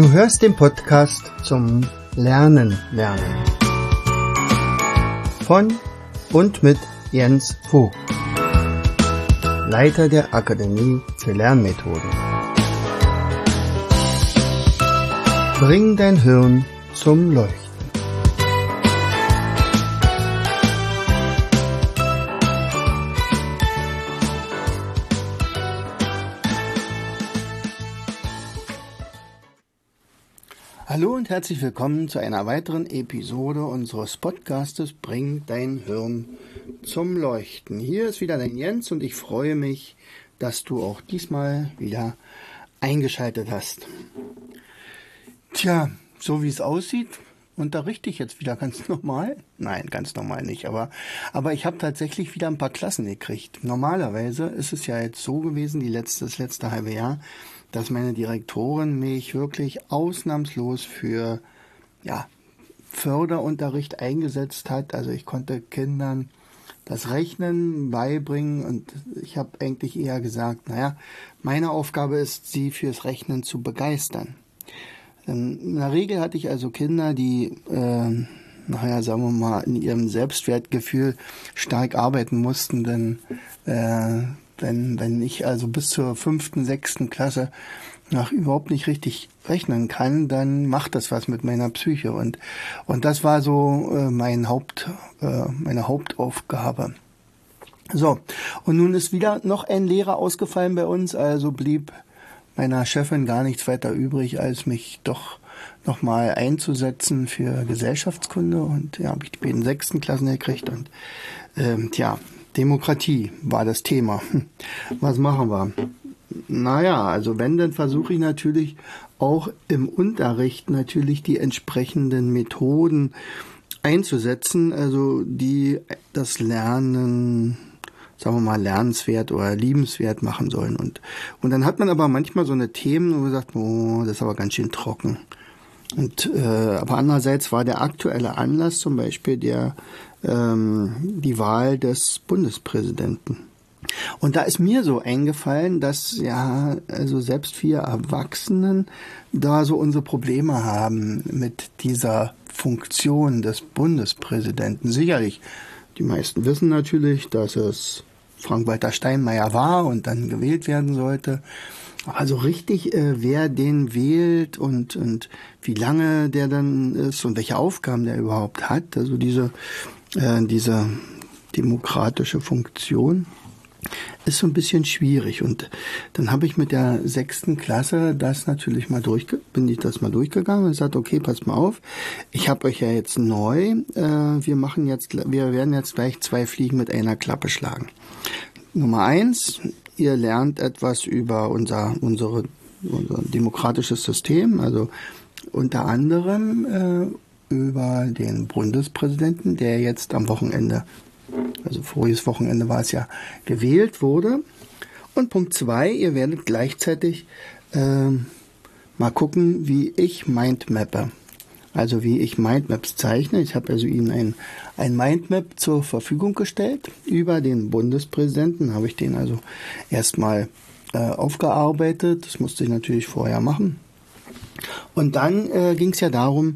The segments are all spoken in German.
Du hörst den Podcast zum Lernen. Von und mit Jens Vogt, Leiter der Akademie für Lernmethoden. Bring dein Hirn zum Leuchten. Hallo und herzlich willkommen zu einer weiteren Episode unseres Podcastes Bring dein Hirn zum Leuchten. Hier ist wieder dein Jens und ich freue mich, dass du auch diesmal wieder eingeschaltet hast. Tja, so wie es aussieht, unterrichte ich jetzt wieder ganz normal. Nein, ganz normal nicht, aber ich habe tatsächlich wieder ein paar Klassen gekriegt. Normalerweise ist es ja jetzt so gewesen, das letzte halbe Jahr, dass meine Direktorin mich wirklich ausnahmslos für Förderunterricht eingesetzt hat. Also ich konnte Kindern das Rechnen beibringen und ich habe eigentlich eher gesagt, meine Aufgabe ist, sie fürs Rechnen zu begeistern. In der Regel hatte ich also Kinder, die, sagen wir mal, in ihrem Selbstwertgefühl stark arbeiten mussten, denn wenn ich also bis zur 5., 6. Klasse noch überhaupt nicht richtig rechnen kann, dann macht das was mit meiner Psyche und das war so meine Hauptaufgabe. So, und nun ist wieder noch ein Lehrer ausgefallen bei uns, also blieb meiner Chefin gar nichts weiter übrig, als mich doch nochmal einzusetzen für Gesellschaftskunde und habe ich die beiden 6. Klassen gekriegt und Demokratie war das Thema. Was machen wir? Also wenn, dann versuche ich natürlich auch im Unterricht natürlich die entsprechenden Methoden einzusetzen, also die das Lernen, sagen wir mal, lernenswert oder liebenswert machen sollen. Und dann hat man aber manchmal so eine Themen, wo man sagt, das ist aber ganz schön trocken. Aber andererseits war der aktuelle Anlass zum Beispiel die Wahl des Bundespräsidenten. Und da ist mir so eingefallen, dass selbst wir Erwachsenen da so unsere Probleme haben mit dieser Funktion des Bundespräsidenten. Sicherlich, die meisten wissen natürlich, dass es Frank-Walter Steinmeier war und dann gewählt werden sollte. Also richtig, wer den wählt und wie lange der dann ist und welche Aufgaben der überhaupt hat, also diese demokratische Funktion, ist so ein bisschen schwierig. Und dann habe ich mit der 6. Klasse das natürlich bin ich das mal durchgegangen und gesagt, okay, passt mal auf, ich habe euch ja jetzt neu, wir werden jetzt gleich 2 Fliegen mit einer Klappe schlagen. Nummer 1, ihr lernt etwas über unser demokratisches System, also unter anderem über den Bundespräsidenten, der jetzt am Wochenende, also voriges Wochenende war es ja, gewählt wurde. Und Punkt 2, ihr werdet gleichzeitig mal gucken, wie ich Mindmappe. Also wie ich Mindmaps zeichne. Ich habe also Ihnen ein Mindmap zur Verfügung gestellt über den Bundespräsidenten. Habe ich den also erstmal aufgearbeitet. Das musste ich natürlich vorher machen. Und dann ging es ja darum,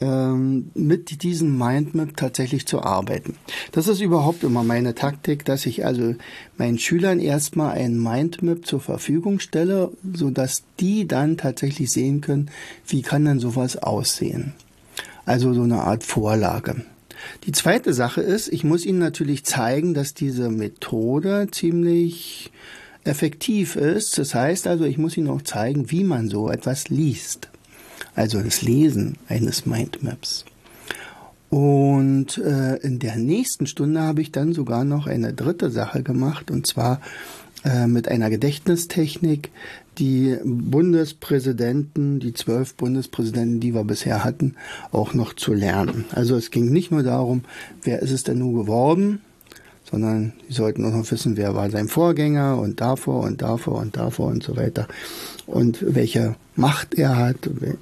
mit diesem Mindmap tatsächlich zu arbeiten. Das ist überhaupt immer meine Taktik, dass ich also meinen Schülern erstmal ein Mindmap zur Verfügung stelle, sodass die dann tatsächlich sehen können, wie kann denn sowas aussehen. Also so eine Art Vorlage. Die zweite Sache ist, ich muss ihnen natürlich zeigen, dass diese Methode ziemlich effektiv ist. Das heißt also, ich muss ihnen auch zeigen, wie man so etwas liest. Also das Lesen eines Mindmaps. Und in der nächsten Stunde habe ich dann sogar noch eine dritte Sache gemacht, und zwar mit einer Gedächtnistechnik die Bundespräsidenten, die 12 Bundespräsidenten, die wir bisher hatten, auch noch zu lernen. Also es ging nicht nur darum, wer ist es denn nun geworden, sondern sie sollten auch noch wissen, wer war sein Vorgänger und davor und davor und davor und so weiter. Und welche Macht er hat,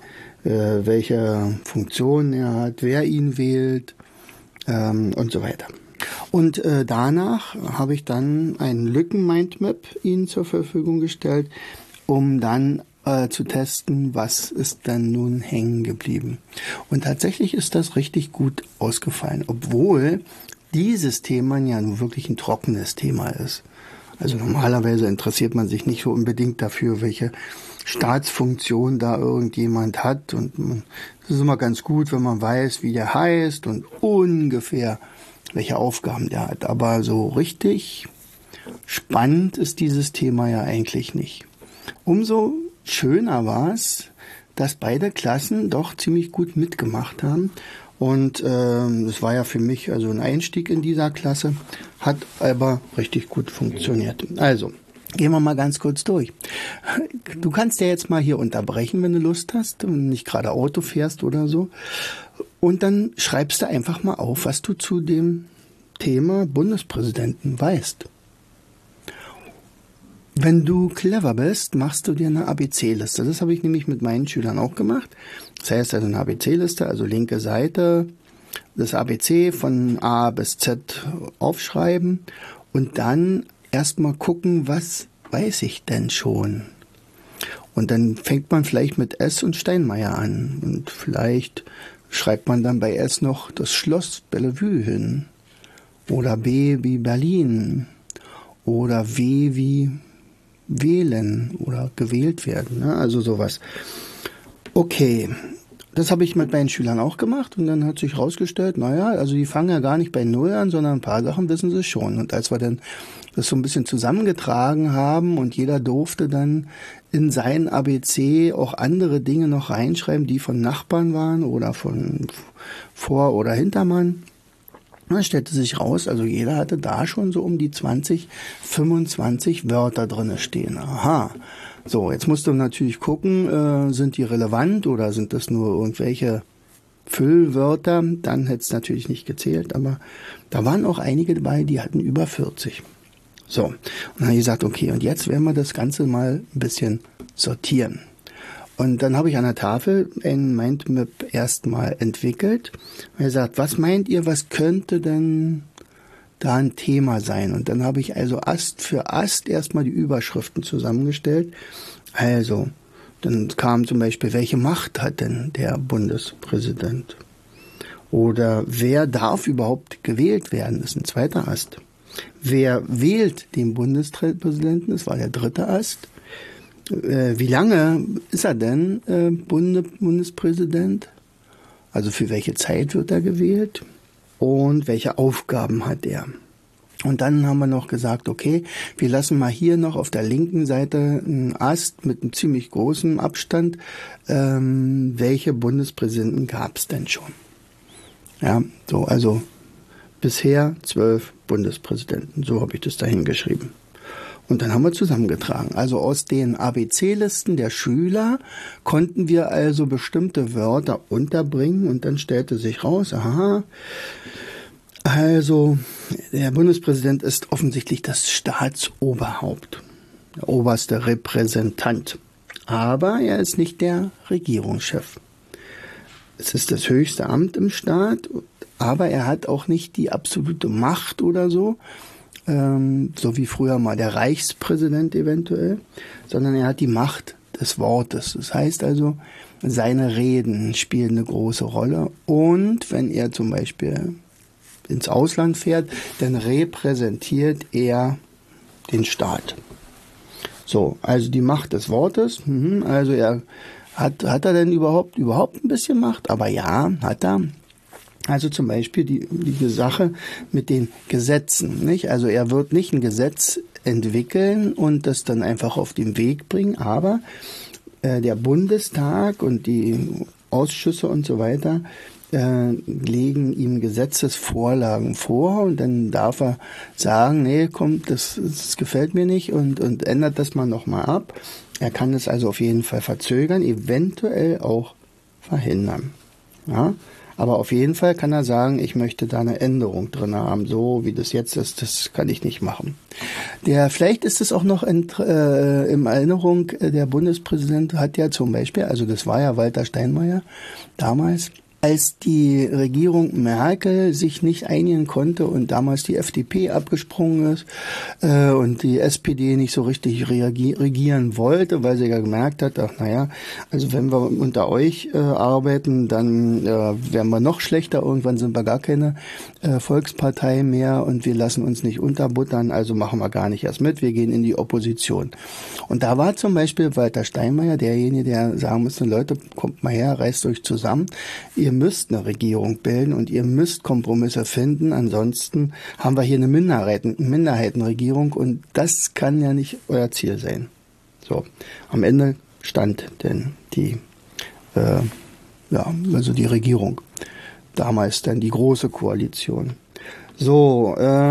welche Funktionen er hat, wer ihn wählt und so weiter. Und danach habe ich dann ein Lücken-Mindmap Ihnen zur Verfügung gestellt, um dann zu testen, was ist denn nun hängen geblieben. Und tatsächlich ist das richtig gut ausgefallen, obwohl dieses Thema ja nun wirklich ein trockenes Thema ist. Also normalerweise interessiert man sich nicht so unbedingt dafür, welche Staatsfunktion da irgendjemand hat. Und es ist immer ganz gut, wenn man weiß, wie der heißt und ungefähr welche Aufgaben der hat. Aber so richtig spannend ist dieses Thema ja eigentlich nicht. Umso schöner war es, dass beide Klassen doch ziemlich gut mitgemacht haben. Und es war ja für mich also ein Einstieg in dieser Klasse, hat aber richtig gut funktioniert. Also, gehen wir mal ganz kurz durch. Du kannst ja jetzt mal hier unterbrechen, wenn du Lust hast und nicht gerade Auto fährst oder so. Und dann schreibst du einfach mal auf, was du zu dem Thema Bundespräsidenten weißt. Wenn du clever bist, machst du dir eine ABC-Liste. Das habe ich nämlich mit meinen Schülern auch gemacht. Das heißt also eine ABC-Liste, also linke Seite, das ABC von A bis Z aufschreiben und dann erstmal gucken, was weiß ich denn schon. Und dann fängt man vielleicht mit S und Steinmeier an. Und vielleicht schreibt man dann bei S noch das Schloss Bellevue hin. Oder B wie Berlin. Oder W wie wählen oder gewählt werden. Ne? Also sowas. Okay, das habe ich mit meinen Schülern auch gemacht und dann hat sich herausgestellt, naja, also die fangen ja gar nicht bei Null an, sondern ein paar Sachen wissen sie schon. Und als wir dann das so ein bisschen zusammengetragen haben und jeder durfte dann in sein ABC auch andere Dinge noch reinschreiben, die von Nachbarn waren oder von Vor- oder Hintermann, dann stellte sich raus, also jeder hatte da schon so um die 20, 25 Wörter drinne stehen. Aha. So, jetzt musst du natürlich gucken, sind die relevant oder sind das nur irgendwelche Füllwörter? Dann hätte es natürlich nicht gezählt, aber da waren auch einige dabei, die hatten über 40. So, und dann habe ich gesagt, okay, und jetzt werden wir das Ganze mal ein bisschen sortieren. Und dann habe ich an der Tafel ein Mindmap erstmal entwickelt. Und er sagt, was meint ihr, was könnte denn da ein Thema sein? Und dann habe ich also Ast für Ast erstmal die Überschriften zusammengestellt. Also, dann kam zum Beispiel, welche Macht hat denn der Bundespräsident? Oder wer darf überhaupt gewählt werden? Das ist ein zweiter Ast. Wer wählt den Bundespräsidenten? Das war der dritte Ast. Wie lange ist er denn Bundespräsident? Also für welche Zeit wird er gewählt? Und welche Aufgaben hat er? Und dann haben wir noch gesagt, okay, wir lassen mal hier noch auf der linken Seite einen Ast mit einem ziemlich großen Abstand. Welche Bundespräsidenten gab es denn schon? Ja, so, also bisher 12 Bundespräsidenten. So habe ich das dahin geschrieben. Und dann haben wir zusammengetragen. Also aus den ABC-Listen der Schüler konnten wir also bestimmte Wörter unterbringen und dann stellte sich raus, aha, also der Bundespräsident ist offensichtlich das Staatsoberhaupt, der oberste Repräsentant. Aber er ist nicht der Regierungschef. Es ist das höchste Amt im Staat, aber er hat auch nicht die absolute Macht oder so wie früher mal der Reichspräsident eventuell, sondern er hat die Macht des Wortes. Das heißt also, seine Reden spielen eine große Rolle. Und wenn er zum Beispiel ins Ausland fährt, dann repräsentiert er den Staat. So, also die Macht des Wortes. Also hat er denn überhaupt ein bisschen Macht? Aber ja, hat er. Also zum Beispiel die Sache mit den Gesetzen, nicht? Also er wird nicht ein Gesetz entwickeln und das dann einfach auf den Weg bringen, aber der Bundestag und die Ausschüsse und so weiter legen ihm Gesetzesvorlagen vor und dann darf er sagen, nee, komm, das gefällt mir nicht und ändert das mal nochmal ab. Er kann es also auf jeden Fall verzögern, eventuell auch verhindern. Ja? Aber auf jeden Fall kann er sagen, ich möchte da eine Änderung drin haben, so wie das jetzt ist, das kann ich nicht machen. Vielleicht ist es auch noch in Erinnerung, der Bundespräsident hat ja zum Beispiel, also das war ja Walter Steinmeier damals, als die Regierung Merkel sich nicht einigen konnte und damals die FDP abgesprungen ist und die SPD nicht so richtig regieren wollte, weil sie ja gemerkt hat, ach naja, also wenn wir unter euch arbeiten, dann werden wir noch schlechter, irgendwann sind wir gar keine Volkspartei mehr und wir lassen uns nicht unterbuttern, also machen wir gar nicht erst mit, wir gehen in die Opposition. Und da war zum Beispiel Walter Steinmeier derjenige, der sagen musste, Leute, kommt mal her, reißt euch zusammen, ihr müsst eine Regierung bilden und ihr müsst Kompromisse finden, ansonsten haben wir hier eine Minderheitenregierung und das kann ja nicht euer Ziel sein. So, am Ende stand denn die die Regierung. Damals dann die Große Koalition. So,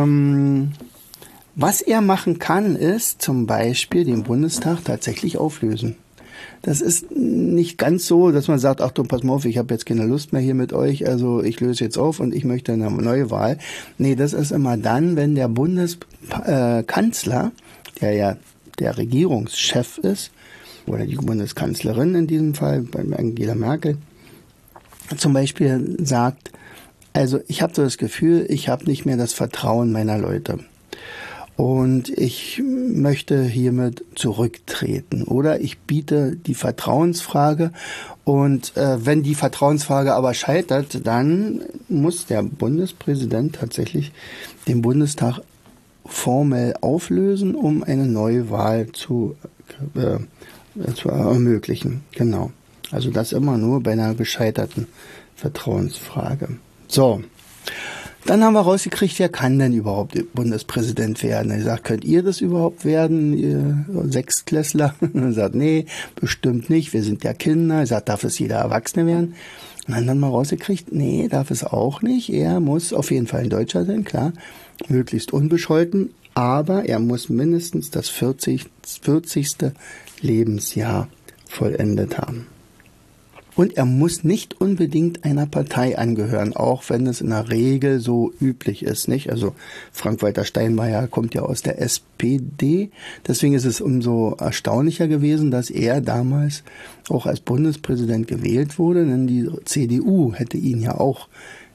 was er machen kann, ist zum Beispiel den Bundestag tatsächlich auflösen. Das ist nicht ganz so, dass man sagt, ach du, pass mal auf, ich habe jetzt keine Lust mehr hier mit euch, also ich löse jetzt auf und ich möchte eine neue Wahl. Nee, das ist immer dann, wenn der Bundeskanzler, der ja der Regierungschef ist, oder die Bundeskanzlerin in diesem Fall, bei Angela Merkel, zum Beispiel sagt, also ich habe so das Gefühl, ich habe nicht mehr das Vertrauen meiner Leute. Und ich möchte hiermit zurücktreten. Oder ich biete die Vertrauensfrage und wenn die Vertrauensfrage aber scheitert, dann muss der Bundespräsident tatsächlich den Bundestag formell auflösen, um eine neue Wahl zu ermöglichen. Genau. Also das immer nur bei einer gescheiterten Vertrauensfrage. So. Dann haben wir rausgekriegt, wer kann denn überhaupt Bundespräsident werden? Er sagt, könnt ihr das überhaupt werden, ihr Sechstklässler? Er sagt, nee, bestimmt nicht, wir sind ja Kinder. Er sagt, darf es jeder Erwachsene werden? Und dann haben wir rausgekriegt, nee, darf es auch nicht. Er muss auf jeden Fall ein Deutscher sein, klar, möglichst unbescholten, aber er muss mindestens das 40. Lebensjahr vollendet haben. Und er muss nicht unbedingt einer Partei angehören, auch wenn es in der Regel so üblich ist, nicht? Also Frank-Walter Steinmeier kommt ja aus der SPD, deswegen ist es umso erstaunlicher gewesen, dass er damals auch als Bundespräsident gewählt wurde, denn die CDU hätte ihn ja auch,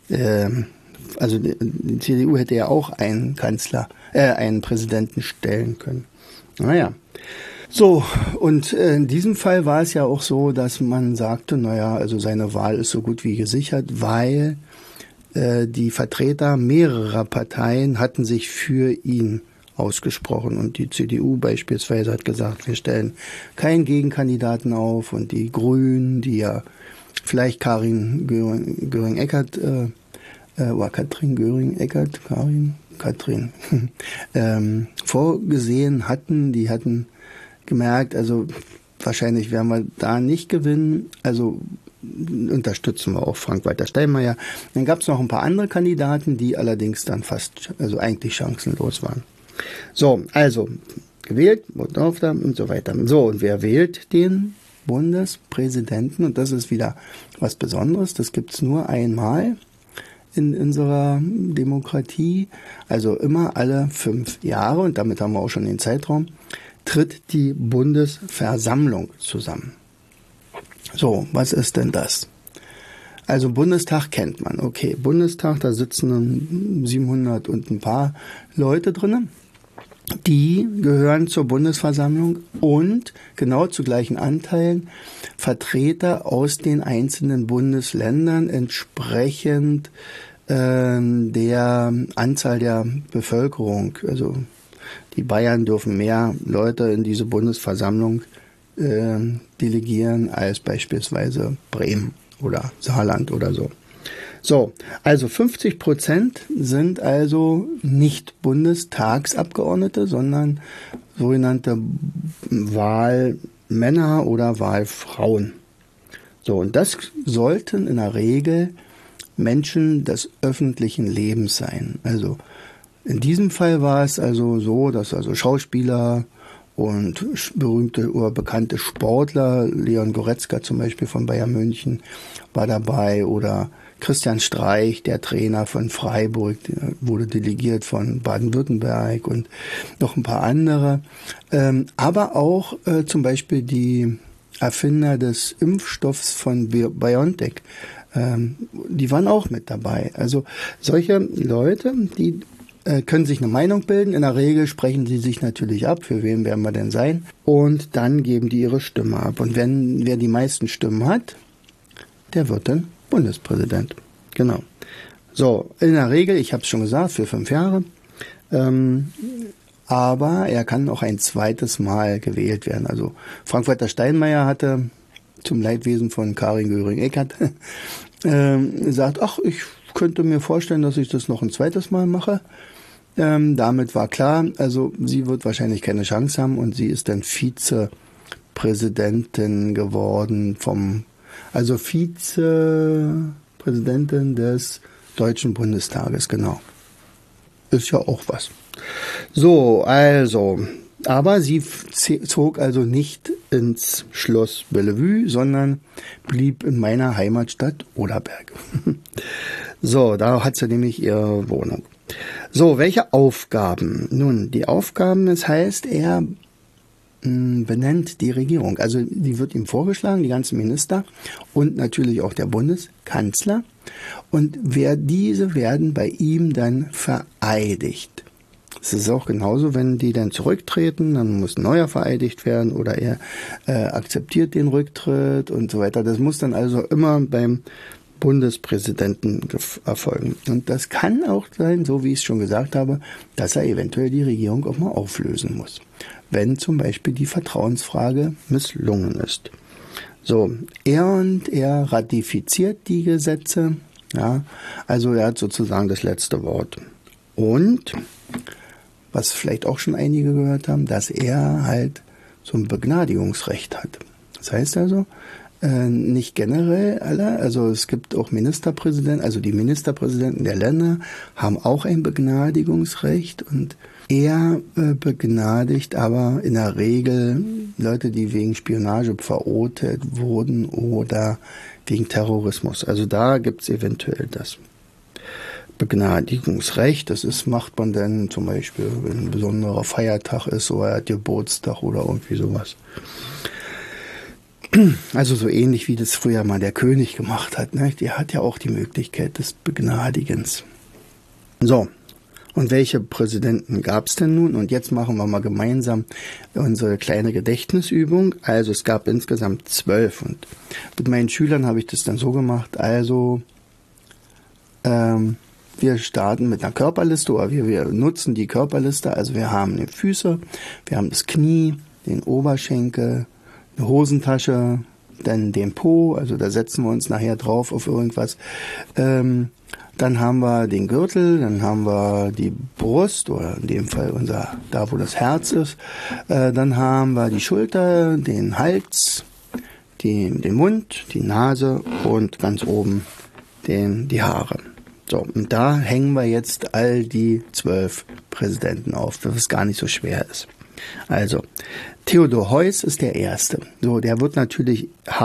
die CDU hätte ja auch einen Präsidenten stellen können. Naja. So, und in diesem Fall war es ja auch so, dass man sagte, naja, also seine Wahl ist so gut wie gesichert, weil die Vertreter mehrerer Parteien hatten sich für ihn ausgesprochen. Und die CDU beispielsweise hat gesagt, wir stellen keinen Gegenkandidaten auf. Und die Grünen, die ja vielleicht Katrin Göring-Eckardt vorgesehen hatten, die hatten gemerkt, also wahrscheinlich werden wir da nicht gewinnen, also unterstützen wir auch Frank-Walter Steinmeier. Dann gab es noch ein paar andere Kandidaten, die allerdings dann eigentlich chancenlos waren. So, also gewählt, und so weiter. So, und wer wählt den Bundespräsidenten? Und das ist wieder was Besonderes, das gibt es nur einmal in unserer Demokratie, also immer alle 5 Jahre, und damit haben wir auch schon den Zeitraum, tritt die Bundesversammlung zusammen. So, was ist denn das? Also Bundestag kennt man. Okay, Bundestag, da sitzen 700 und ein paar Leute drin. Die gehören zur Bundesversammlung und genau zu gleichen Anteilen Vertreter aus den einzelnen Bundesländern entsprechend der Anzahl der Bevölkerung. Also die Bayern dürfen mehr Leute in diese Bundesversammlung delegieren als beispielsweise Bremen oder Saarland oder so. So, also 50% sind also nicht Bundestagsabgeordnete, sondern sogenannte Wahlmänner oder Wahlfrauen. So, und das sollten in der Regel Menschen des öffentlichen Lebens sein. Also in diesem Fall war es also so, dass also Schauspieler und berühmte oder bekannte Sportler, Leon Goretzka zum Beispiel von Bayern München war dabei, oder Christian Streich, der Trainer von Freiburg, der wurde delegiert von Baden-Württemberg, und noch ein paar andere. Aber auch zum Beispiel die Erfinder des Impfstoffs von BioNTech, Die waren auch mit dabei. Also solche Leute, die können sich eine Meinung bilden. In der Regel sprechen sie sich natürlich ab, für wen werden wir denn sein. Und dann geben die ihre Stimme ab. Und wer die meisten Stimmen hat, der wird dann Bundespräsident. Genau. So, in der Regel, ich habe es schon gesagt, für 5 Jahre. Aber er kann auch ein zweites Mal gewählt werden. Also Frank-Walter Steinmeier hatte zum Leidwesen von Karin Göring-Eckardt gesagt, ach, ich könnte mir vorstellen, dass ich das noch ein zweites Mal mache. Damit war klar, also sie wird wahrscheinlich keine Chance haben und sie ist dann Vizepräsidentin geworden also Vizepräsidentin des Deutschen Bundestages, genau. Ist ja auch was. So, also, aber sie zog also nicht ins Schloss Bellevue, sondern blieb in meiner Heimatstadt Oderberg. So, da hat sie nämlich ihre Wohnung. So, welche Aufgaben? Nun, die Aufgaben, das heißt, er benennt die Regierung. Also die wird ihm vorgeschlagen, die ganzen Minister und natürlich auch der Bundeskanzler. Und diese werden bei ihm dann vereidigt. Es ist auch genauso, wenn die dann zurücktreten, dann muss ein neuer vereidigt werden oder er akzeptiert den Rücktritt und so weiter. Das muss dann also immer beim Bundespräsidenten erfolgen. Und das kann auch sein, so wie ich es schon gesagt habe, dass er eventuell die Regierung auch mal auflösen muss, wenn zum Beispiel die Vertrauensfrage misslungen ist. So, er ratifiziert die Gesetze, ja, also er hat sozusagen das letzte Wort. Und, was vielleicht auch schon einige gehört haben, dass er halt so ein Begnadigungsrecht hat. Das heißt also, nicht generell alle, also es gibt auch Ministerpräsidenten, also die Ministerpräsidenten der Länder haben auch ein Begnadigungsrecht und er begnadigt aber in der Regel Leute, die wegen Spionage verurteilt wurden oder wegen Terrorismus. Also da gibt es eventuell das Begnadigungsrecht. Macht man dann zum Beispiel, wenn ein besonderer Feiertag ist oder er hat Geburtstag oder irgendwie sowas. Also so ähnlich wie das früher mal der König gemacht hat. Ne? Der hat ja auch die Möglichkeit des Begnadigens. So, und welche Präsidenten gab es denn nun? Und jetzt machen wir mal gemeinsam unsere kleine Gedächtnisübung. Also es gab insgesamt 12. Und mit meinen Schülern habe ich das dann so gemacht. Also wir starten mit einer Körperliste oder wir nutzen die Körperliste. Also wir haben die Füße, wir haben das Knie, den Oberschenkel, eine Hosentasche, dann den Po, also da setzen wir uns nachher drauf auf irgendwas. Dann haben wir den Gürtel, dann haben wir die Brust oder in dem Fall da wo das Herz ist. Dann haben wir die Schulter, den Hals, den Mund, die Nase und ganz oben die Haare. So, und da hängen wir jetzt all die 12 Präsidenten auf, was gar nicht so schwer ist. Also, Theodor Heuss ist der Erste. So, der wird natürlich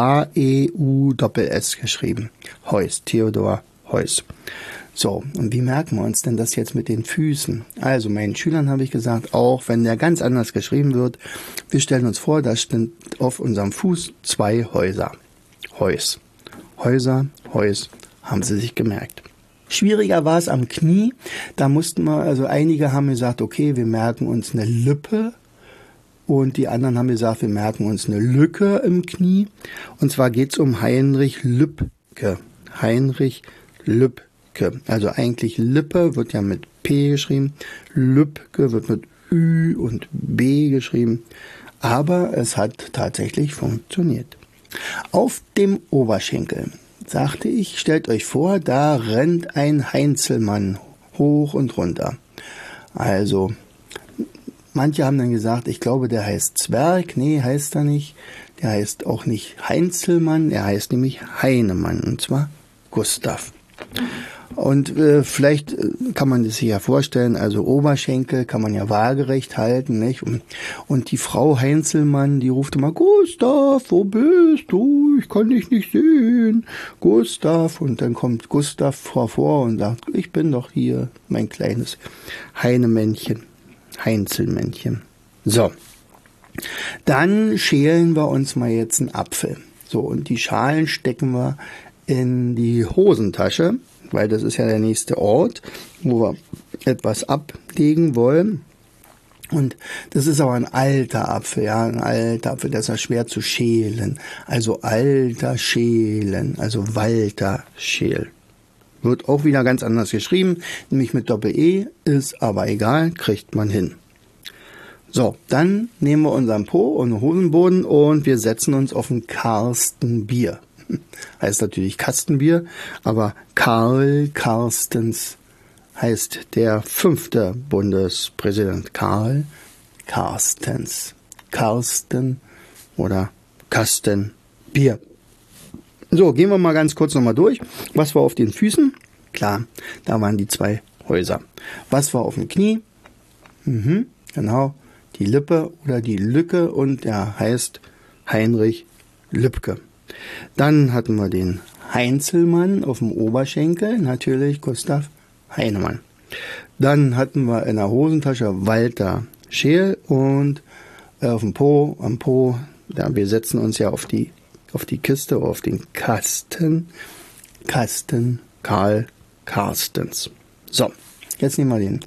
H-E-U-S-S geschrieben. Heuss, Theodor Heuss. So, und wie merken wir uns denn das jetzt mit den Füßen? Also, meinen Schülern habe ich gesagt, auch wenn der ganz anders geschrieben wird, wir stellen uns vor, da sind auf unserem Fuß 2 Häuser. Heuss. Häuser, Heuss, haben sie sich gemerkt. Schwieriger war es am Knie. Da mussten wir, also einige haben gesagt, okay, wir merken uns eine Lippe. Und die anderen haben gesagt, wir merken uns eine Lücke im Knie. Und zwar geht es um Heinrich Lübke. Heinrich Lübke. Also eigentlich Lippe wird ja mit P geschrieben. Lübke wird mit Ü und B geschrieben. Aber es hat tatsächlich funktioniert. Auf dem Oberschenkel, sagte ich, stellt euch vor, da rennt ein Heinzelmann hoch und runter. Also, manche haben dann gesagt, ich glaube, der heißt Zwerg. Nee, heißt er nicht. Der heißt auch nicht Heinzelmann, er heißt nämlich Heinemann, und zwar Gustav. Und vielleicht kann man das sich ja vorstellen, also Oberschenkel kann man ja waagerecht halten, nicht? Und die Frau Heinzelmann, die ruft immer, Gustav, wo bist du? Ich kann dich nicht sehen. Gustav. Und dann kommt Gustav vor und sagt, ich bin doch hier, mein kleines Heinemännchen, Heinzelmännchen. So, dann schälen wir uns mal jetzt einen Apfel. So, und die Schalen stecken wir in die Hosentasche, weil das ist ja der nächste Ort, wo wir etwas ablegen wollen. Und das ist aber ein alter Apfel, ja, ein alter Apfel, der ist ja schwer zu schälen. Also alter Schälen, also Walter Scheel. Wird auch wieder ganz anders geschrieben, nämlich mit Doppel-E, ist aber egal, kriegt man hin. So, dann nehmen wir unseren Po und Hosenboden und wir setzen uns auf ein Karstenbier. Heißt natürlich Kastenbier, aber Karl Carstens heißt der 5. Bundespräsident. Karl Carstens. Karsten oder Kastenbier. So, gehen wir mal ganz kurz nochmal durch. Was war auf den Füßen? Klar, da waren die 2 Häuser. Was war auf dem Knie? Genau, die Lippe oder die Lücke und er heißt Heinrich Lübke. Dann hatten wir den Heinzelmann auf dem Oberschenkel, natürlich Gustav Heinemann. Dann hatten wir in der Hosentasche Walter Scheel und auf dem Po, am Po, ja, wir setzen uns ja auf die Kiste, auf den Kasten, Karl Carstens. So, jetzt nehmen wir den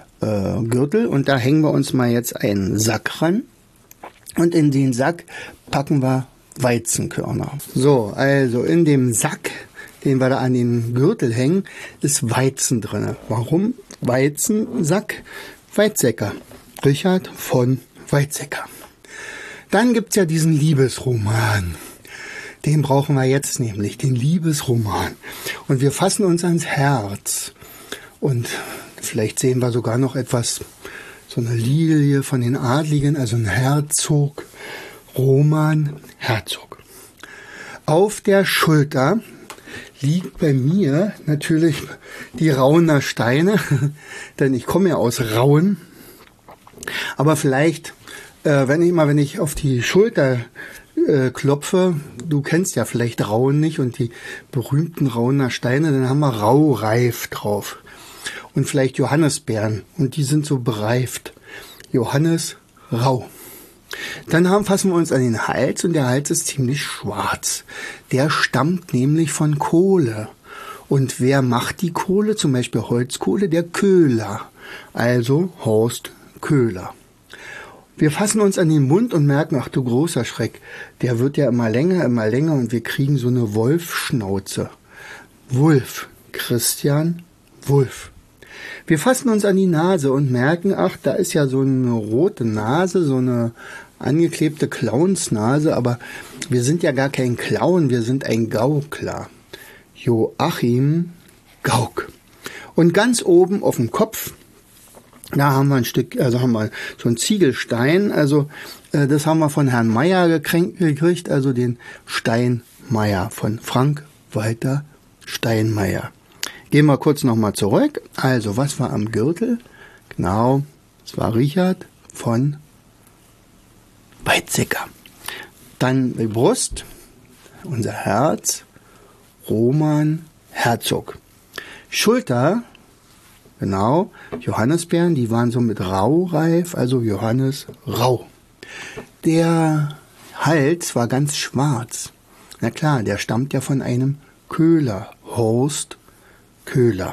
Gürtel und da hängen wir uns mal jetzt einen Sack ran und in den Sack packen wir Weizenkörner. So, also in dem Sack, den wir da an den Gürtel hängen, ist Weizen drin. Warum Weizensack? Weizsäcker. Richard von Weizsäcker. Dann gibt's ja diesen Liebesroman. Den brauchen wir jetzt nämlich, den Liebesroman. Und wir fassen uns ans Herz. Und vielleicht sehen wir sogar noch etwas, so eine Lilie von den Adligen, also ein Herzog, Roman Herzog. Auf der Schulter liegt bei mir natürlich die Rauner Steine, denn ich komme ja aus Rauen. Aber vielleicht, wenn ich auf die Schulter klopfe, du kennst ja vielleicht Rauen nicht und die berühmten Rauner Steine, dann haben wir Raureif drauf. Und vielleicht Johannisbeeren und die sind so bereift. Johannes Rau. Dann fassen wir uns an den Hals und der Hals ist ziemlich schwarz. Der stammt nämlich von Kohle. Und wer macht die Kohle? Zum Beispiel Holzkohle? Der Köhler. Also Horst Köhler. Wir fassen uns an den Mund und merken, ach du großer Schreck, der wird ja immer länger und wir kriegen so eine Wolfschnauze. Wulff. Christian Wulff. Wir fassen uns an die Nase und merken, ach, da ist ja so eine rote Nase, so eine angeklebte Clownsnase, aber wir sind ja gar kein Clown, wir sind ein Gaukler. Joachim Gauck. Und ganz oben auf dem Kopf, da haben wir haben wir so einen Ziegelstein, also das haben wir von Herrn Meyer gekriegt, also den Steinmeier, von Frank-Walter Steinmeier. Gehen wir kurz nochmal zurück. Also, was war am Gürtel? Genau, es war Richard von Weizsäcker. Dann die Brust, unser Herz, Roman Herzog. Schulter, genau, Johannisbeeren, die waren so mit Raureif, also Johannes Rau. Der Hals war ganz schwarz. Na klar, der stammt ja von einem Köhler, Horst Köhler.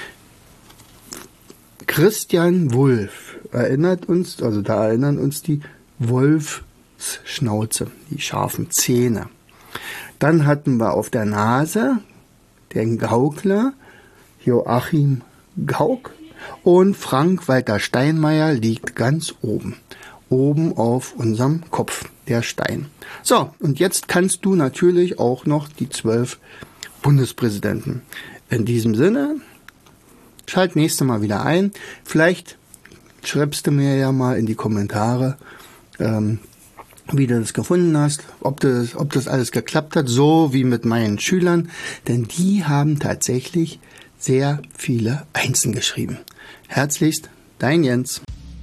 Christian Wulff erinnern uns die Wolfsschnauze, die scharfen Zähne. Dann hatten wir auf der Nase den Gaukler Joachim Gauck und Frank-Walter Steinmeier liegt ganz oben auf unserem Kopf, der Stein. So, und jetzt kannst du natürlich auch noch die 12 Bundespräsidenten. In diesem Sinne, schalt nächstes Mal wieder ein. Vielleicht schreibst du mir ja mal in die Kommentare, wie du das gefunden hast, ob das alles geklappt hat, so wie mit meinen Schülern, denn die haben tatsächlich sehr viele Einsen geschrieben. Herzlichst, dein Jens.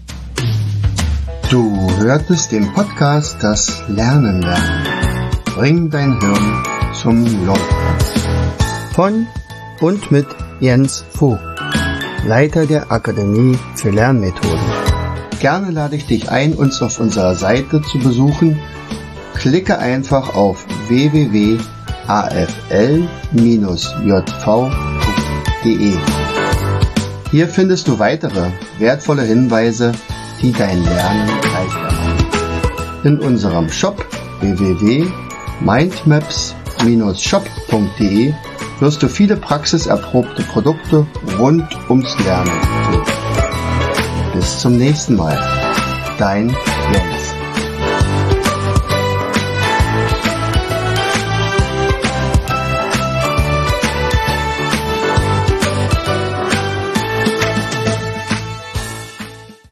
Du hörtest den Podcast Das Lernen lernen. Bring dein Hirn zum Laufen. Von und mit Jens Vogt, Leiter der Akademie für Lernmethoden. Gerne lade ich dich ein, uns auf unserer Seite zu besuchen. Klicke einfach auf www.akademie-lernmethoden.de. afl-jv.de. Hier findest du weitere wertvolle Hinweise, die dein Lernen leichter machen. In unserem Shop www.mindmaps-shop.de wirst du viele praxiserprobte Produkte rund ums Lernen finden. Bis zum nächsten Mal. Dein Jens.